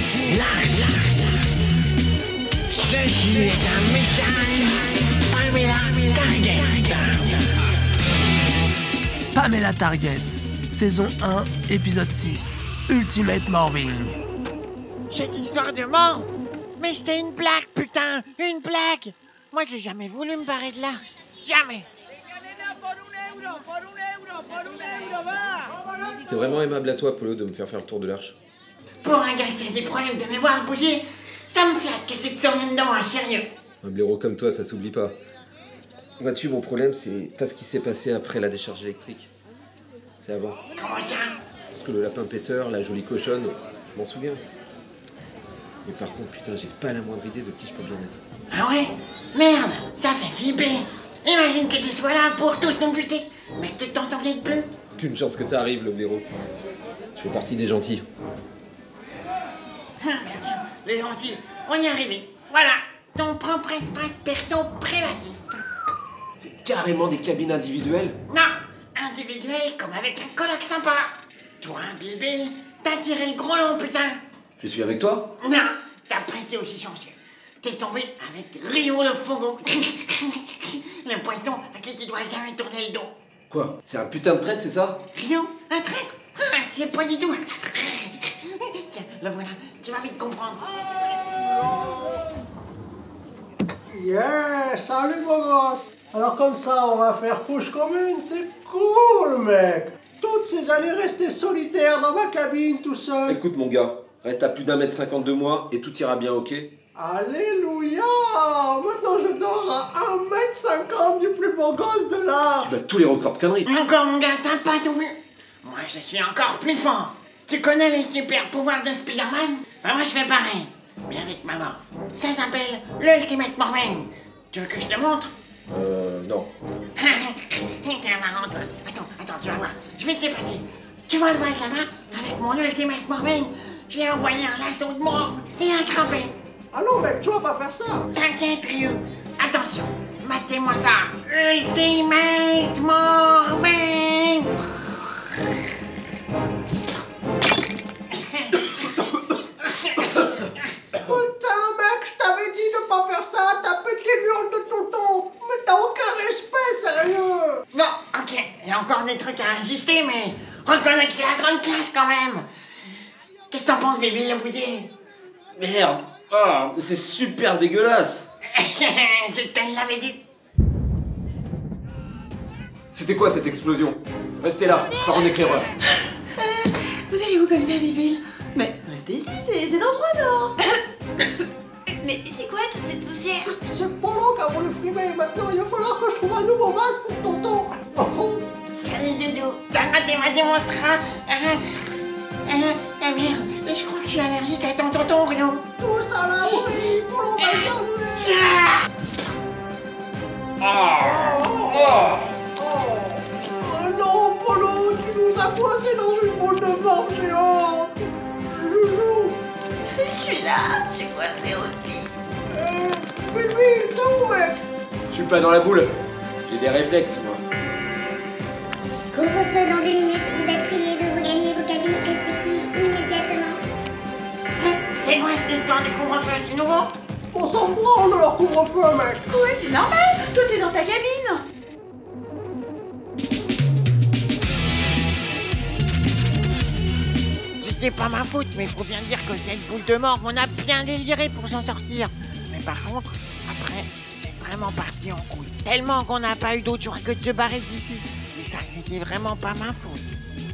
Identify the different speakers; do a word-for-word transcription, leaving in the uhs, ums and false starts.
Speaker 1: Là, là. Ceci est un message. Pamela Target.
Speaker 2: Pamela Target, saison un, épisode six, Ultimate Morphing.
Speaker 3: Cette histoire de mort, mais c'était une blague, putain, une blague. Moi, j'ai jamais voulu me barrer de là, jamais.
Speaker 4: C'est vraiment aimable à toi, Polo, de me faire faire le tour de l'Arche.
Speaker 3: Pour un gars qui a des problèmes de mémoire bougie, ça me flatte que tu te souviennes de moi, sérieux.
Speaker 4: Un blaireau comme toi, ça s'oublie pas. Vois-tu, mon problème, c'est pas ce qui s'est passé après la décharge électrique. C'est avant.
Speaker 3: Comment ça?
Speaker 4: Parce que le lapin péteur, la jolie cochonne, je m'en souviens. Mais par contre, putain, j'ai pas la moindre idée de qui je peux bien être.
Speaker 3: Ah ouais? Merde, ça fait flipper. Imagine que tu sois là pour tous nous buter, mais que tu t'en souviens plus.
Speaker 4: Aucune chance que ça arrive, le blaireau. Je fais partie des gentils.
Speaker 3: Ah ben tiens, les gentils, on y est arrivé. Voilà, ton propre espace perso privatif.
Speaker 4: C'est carrément des cabines individuelles?
Speaker 3: Non, individuel comme avec un coloc sympa. Toi, bébé, t'as tiré le gros long, putain.
Speaker 4: Je suis avec toi?
Speaker 3: Non, t'as pas été aussi chanceux. T'es tombé avec Rio le Fogo. Le poisson à qui tu dois jamais tourner le dos.
Speaker 4: Quoi? C'est un putain de traître, c'est ça?
Speaker 3: Rio, un traître? Ah, tu es pas du tout. Tiens, le voilà, tu vas vite comprendre.
Speaker 5: Yeah, salut beau gosse. Alors comme ça, on va faire couche commune, c'est cool mec. Toutes ces années restées solitaires dans ma cabine tout seul.
Speaker 4: Écoute, mon gars, reste à plus d'un mètre cinquante de moi et tout ira bien, ok?
Speaker 5: Alléluia. Maintenant je dors à un mètre cinquante du plus beau gosse de l'art.
Speaker 4: Tu bats tous les records de conneries.
Speaker 3: Encore mon gars, t'as pas tout vu. Moi je suis encore plus fort. Tu connais les super pouvoirs de Spider-Man? Ben moi je fais pareil, mais avec ma morph. Ça s'appelle l'Ultimate Morphing. Tu veux que je te montre?
Speaker 4: Euh, non.
Speaker 3: T'es marrant toi. Attends, attends, tu vas voir. Je vais t'épater. Tu vois le vase là-bas? Avec mon Ultimate Morphing, je vais envoyer un lasso de morph et attraper.
Speaker 5: Ah non mec, tu vas pas faire ça.
Speaker 3: T'inquiète Ryu. Attention, matez-moi ça. Ultimate Morphing.
Speaker 5: Putain mec, je t'avais dit de pas faire ça. T'as pété l'urne de tonton. Mais t'as aucun respect, sérieux.
Speaker 3: Bon, ok, il y a encore des trucs à ajuster, mais reconnais que c'est la grande classe quand même. Qu'est-ce que t'en penses, bébé, le bousier?
Speaker 4: Merde. Ah, c'est super dégueulasse.
Speaker 3: Je te l'avais dit.
Speaker 4: C'était quoi cette explosion? Restez là, je pars en éclaireur.
Speaker 6: Euh, vous allez où comme ça, Bibi? Mais restez ici, c'est, c'est dangereux dehors. Mais c'est quoi toute cette poussière?
Speaker 5: C'est Polo qui a voulu frimer. Maintenant, il va falloir que je trouve un nouveau vase pour tonton. Oh.
Speaker 3: Allez, Zouzou, t'as raté ma démonstra. Ah, ah, ah, merde, mais je crois que je suis allergique à ton tonton, Rio.
Speaker 5: Tous à l'abri, Polo va éternuer.
Speaker 3: Ah.
Speaker 5: Oh non, Polo, tu nous as coincés dans une boule de morve géante. Joujou.
Speaker 6: Je suis là, j'ai coincé aussi.
Speaker 5: Euh, Bibi, t'es où, mec?
Speaker 4: Je suis pas dans la boule. J'ai des réflexes, moi.
Speaker 7: Couvre-feu dans deux minutes, vous êtes priés de regagner vos cabines respectives immédiatement.
Speaker 3: C'est quoi cette histoire du couvre-feu, c'est nouveau?
Speaker 5: On s'en branle de leur couvre-feu, mec.
Speaker 6: Ouais, c'est normal, toi t'es dans ta cabine.
Speaker 3: C'était pas ma faute, mais faut bien dire que cette boule de mort, on a bien déliré pour s'en sortir. Mais par contre, après, c'est vraiment parti en couille. Tellement qu'on n'a pas eu d'autre choix que de se barrer d'ici. Et ça, c'était vraiment pas ma faute.